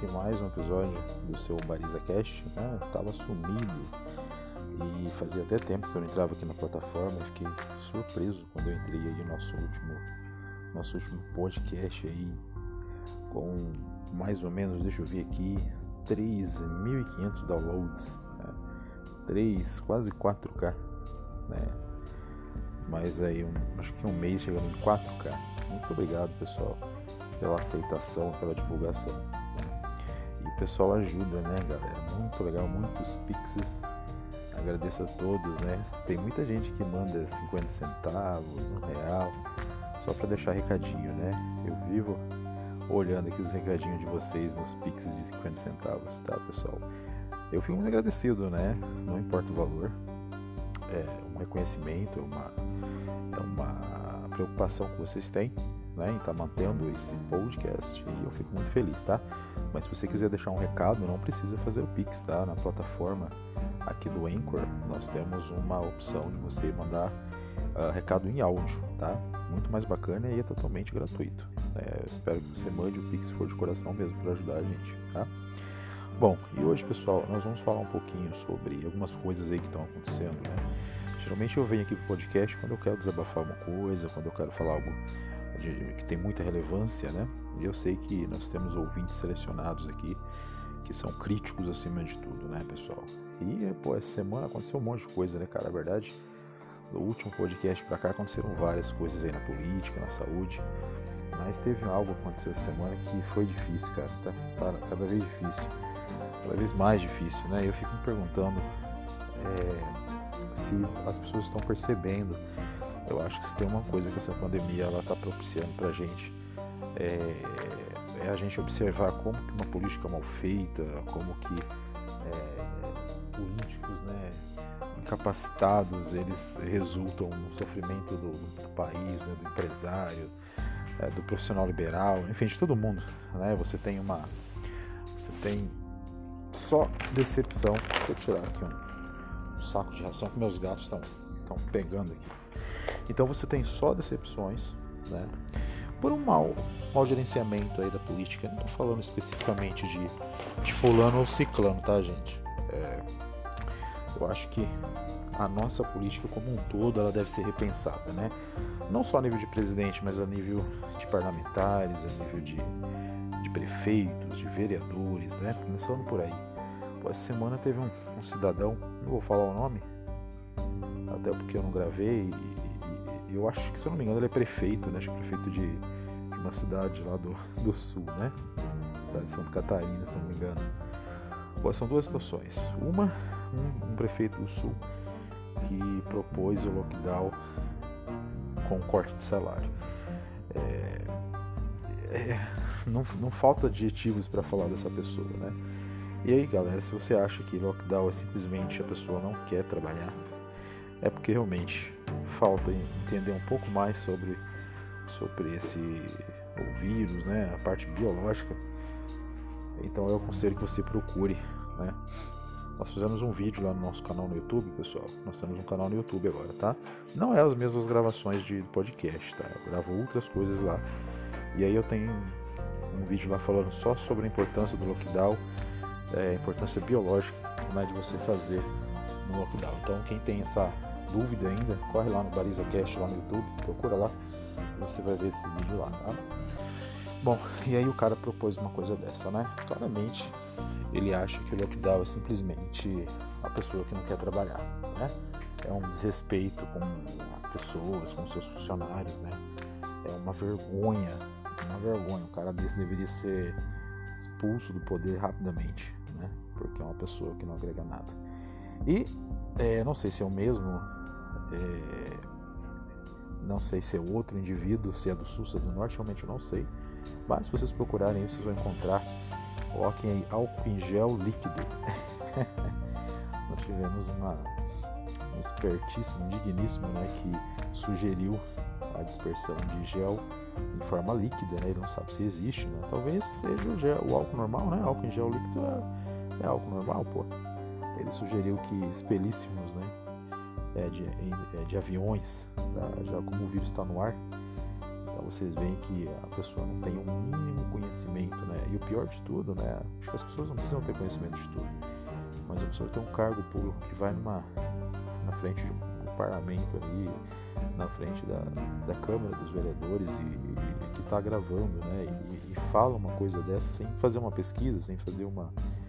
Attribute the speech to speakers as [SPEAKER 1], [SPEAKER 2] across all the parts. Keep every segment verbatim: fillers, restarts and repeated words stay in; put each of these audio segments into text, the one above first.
[SPEAKER 1] aqui mais um episódio do seu Bariza Cast, né? Eu tava sumido e fazia até tempo que eu não entrava aqui na plataforma. Eu fiquei surpreso quando eu entrei aí no nosso último, nosso último podcast aí, com mais ou menos, deixa eu ver aqui, três mil e quinhentos downloads, né? três, quase quatro K, né? Mas aí, um, acho que um mês chegando em quatro K. Muito obrigado, pessoal, pela aceitação, pela divulgação, né? E o pessoal ajuda, né, galera? Muito legal, muitos pixies. Agradeço a todos, né? Tem muita gente que manda cinquenta centavos, um real, só para deixar recadinho, né? Eu vivo olhando aqui os recadinhos de vocês nos pixies de cinquenta centavos, tá, pessoal? Eu fico muito agradecido, né? Não importa o valor. É um reconhecimento, é uma, é uma preocupação que vocês têm, né, em estar tá mantendo esse podcast, e eu fico muito feliz, tá? Mas se você quiser deixar um recado, não precisa fazer o Pix, tá? Na plataforma aqui do Anchor, nós temos uma opção de você mandar uh, recado em áudio, tá? Muito mais bacana e é totalmente gratuito. É, eu espero que você mande o Pix se for de coração mesmo, para ajudar a gente, tá? Bom, e hoje, pessoal, nós vamos falar um pouquinho sobre algumas coisas aí que estão acontecendo, né? Geralmente eu venho aqui pro podcast quando eu quero desabafar uma coisa, quando eu quero falar algo de, de, que tem muita relevância, né? E eu sei que nós temos ouvintes selecionados aqui que são críticos acima de tudo, né, pessoal? E, pô, essa semana aconteceu um monte de coisa, né, cara? Na verdade, no último podcast pra cá aconteceram várias coisas aí na política, na saúde, mas teve algo que aconteceu essa semana que foi difícil, cara. Tá, tá cada vez difícil. Cada vez mais difícil, né? Eu fico me perguntando é, se as pessoas estão percebendo. Eu acho que se tem uma coisa que essa pandemia ela está propiciando pra gente é, é a gente observar como que uma política mal feita, como que é, políticos, né, incapacitados, eles resultam no sofrimento do, do país, né, do empresário, é, do profissional liberal, enfim, de todo mundo, né? Você tem uma, você tem só decepção. Deixa eu tirar aqui um, um saco de ração que meus gatos estão estão pegando aqui. Então você tem só decepções, né, por um mau, mau gerenciamento aí da política. Eu não estou falando especificamente de, de fulano ou ciclano, tá, gente? É, eu acho que a nossa política como um todo ela deve ser repensada, né? Não só a nível de presidente, mas a nível de parlamentares, a nível de de prefeitos, de vereadores, né? Começando por aí. Pô, essa semana teve um, um cidadão, não vou falar o nome, até porque eu não gravei, e, e, e eu acho que, se eu não me engano, ele é prefeito, né? Acho que é prefeito de, de uma cidade lá do, do sul, né? Da de Santa Catarina, se eu não me engano. Pô, são duas situações. Uma, um, um prefeito do sul que propôs o lockdown com corte de salário. É... é Não, não falta adjetivos para falar dessa pessoa, né? E aí, galera, se você acha que lockdown é simplesmente a pessoa não quer trabalhar, é porque realmente falta entender um pouco mais sobre, sobre esse o vírus, né? A parte biológica. Então eu aconselho que você procure, né? Nós fizemos um vídeo lá no nosso canal no YouTube, pessoal. Nós temos um canal no YouTube agora, tá? Não é as mesmas gravações de podcast, tá? Eu gravo outras coisas lá. E aí eu tenho um vídeo lá falando só sobre a importância do lockdown, é, a importância biológica, né, de você fazer no lockdown. Então quem tem essa dúvida ainda, corre lá no BarizaCast lá no YouTube, procura lá e você vai ver esse vídeo lá, tá? Bom, e aí o cara propôs uma coisa dessa, né? Claramente ele acha que o lockdown é simplesmente a pessoa que não quer trabalhar, né? É um desrespeito com as pessoas, com seus funcionários, né? É uma vergonha. Uma vergonha, um cara desse deveria ser expulso do poder rapidamente, né? Porque é uma pessoa que não agrega nada. E é, não sei se é o mesmo, é, não sei se é outro indivíduo, se é do sul, se é do norte, realmente eu não sei. Mas se vocês procurarem aí, vocês vão encontrar. Coloquem aí álcool em gel líquido. Nós tivemos uma, um espertíssimo, um digníssimo, né, que sugeriu a dispersão de gel em forma líquida, né? Ele não sabe se existe, né? Talvez seja o, gel, o álcool normal, né? Álcool em gel líquido é, é álcool normal, pô. Ele sugeriu que expelíssemos, né, é, de, é, de aviões, tá? Já como o vírus está no ar, então vocês veem que a pessoa não tem o um mínimo conhecimento, né? E o pior de tudo, né? Acho que as pessoas não precisam ter conhecimento de tudo, mas a pessoa tem um cargo público que vai numa, na frente de um, um parlamento ali, na frente da, da Câmara dos Vereadores e, e que está gravando, né? E, e fala uma coisa dessa sem fazer uma pesquisa, sem fazer uma,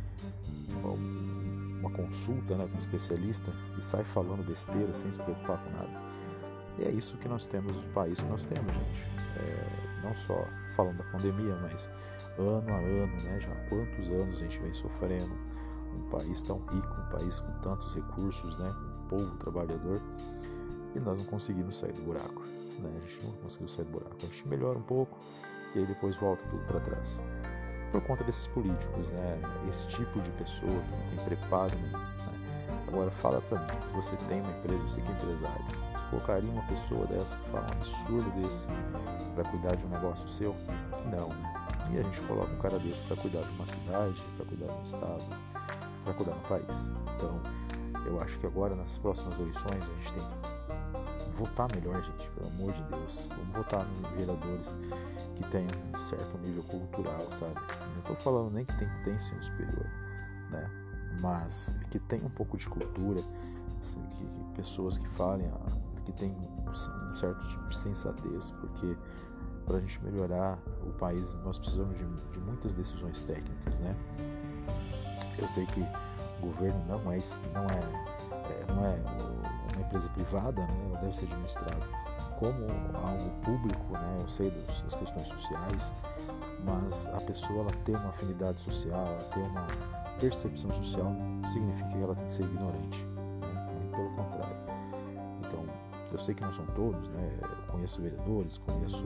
[SPEAKER 1] uma, uma consulta, né, com um especialista, e sai falando besteira sem se preocupar com nada. E é isso que nós temos no país que nós temos, gente. É, não só falando da pandemia, mas ano a ano, né? Já há quantos anos a gente vem sofrendo. Um país tão rico, um país com tantos recursos, né? Um povo trabalhador. E nós não conseguimos sair do buraco, né? A gente não conseguiu sair do buraco. A gente melhora um pouco e aí depois volta tudo para trás. Por conta desses políticos, né? Esse tipo de pessoa que não tem preparo, né? Agora fala para mim, se você tem uma empresa, você que é empresário, você colocaria uma pessoa dessa que fala um absurdo desse para cuidar de um negócio seu? Não, né? E a gente coloca um cara desse para cuidar de uma cidade, para cuidar de um estado, para cuidar do país. Então, eu acho que agora, nas próximas eleições, a gente tem que votar melhor, gente, pelo amor de Deus. Vamos votar em vereadores que tenham um certo nível cultural, sabe? Não estou falando nem que tem que ter ensino superior, né? Mas que tenha um pouco de cultura, assim, que, que pessoas que falem, que tenham um certo tipo de sensatez, porque para a gente melhorar o país nós precisamos de, de muitas decisões técnicas, né? Eu sei que o governo não é, não é, é, não é uma empresa privada, né? Ela deve ser administrada como algo público, né? Eu sei das, das questões sociais, mas a pessoa ela ter uma afinidade social, ela ter uma percepção social não significa que ela tem que ser ignorante, né? Muito pelo contrário. Então, eu sei que não são todos, né? Eu conheço vereadores, conheço,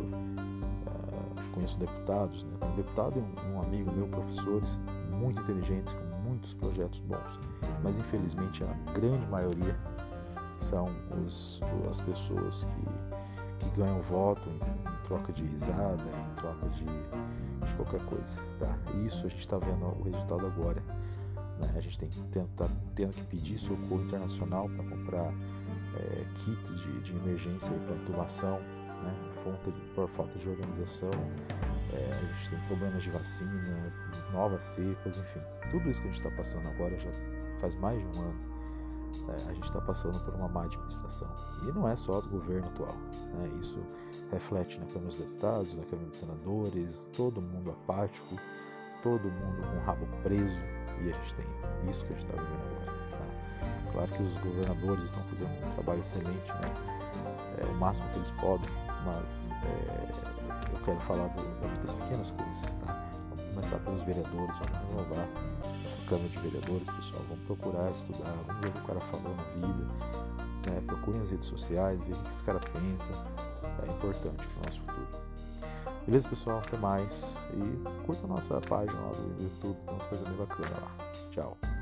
[SPEAKER 1] uh, conheço deputados, né? Como deputado e um, um amigo meu, professores muito inteligentes, com muitos projetos bons, mas infelizmente a grande maioria são os, as pessoas que, que ganham voto em, em troca de risada, em troca de, de qualquer coisa, tá? E isso a gente está vendo o resultado agora, né? A gente tem que tentar tendo que pedir socorro internacional para comprar é, kits de, de emergência para intubação, né? Por, por falta de organização. É, a gente tem problemas de vacina, novas cepas, enfim, tudo isso que a gente está passando agora já faz mais de um ano. É, a gente está passando por uma má administração e não é só do governo atual, né? Isso reflete na Câmara dos Deputados, na Câmara dos Senadores, todo mundo apático, todo mundo com o rabo preso, e a gente tem isso que a gente está vivendo agora, tá? Claro que os governadores estão fazendo um trabalho excelente, né? É, o máximo que eles podem, mas é, eu quero falar do, das pequenas coisas, tá? Vamos começar pelos vereadores, vamos renovar essa Câmara de Vereadores, pessoal, vamos procurar estudar, vamos ver o que o cara falou na vida, né? Procurem as redes sociais, ver o que esse cara pensa, é importante para o nosso futuro. Beleza, pessoal? Até mais, e curta a nossa página lá do YouTube, tem umas coisas bem bacanas lá. Tchau!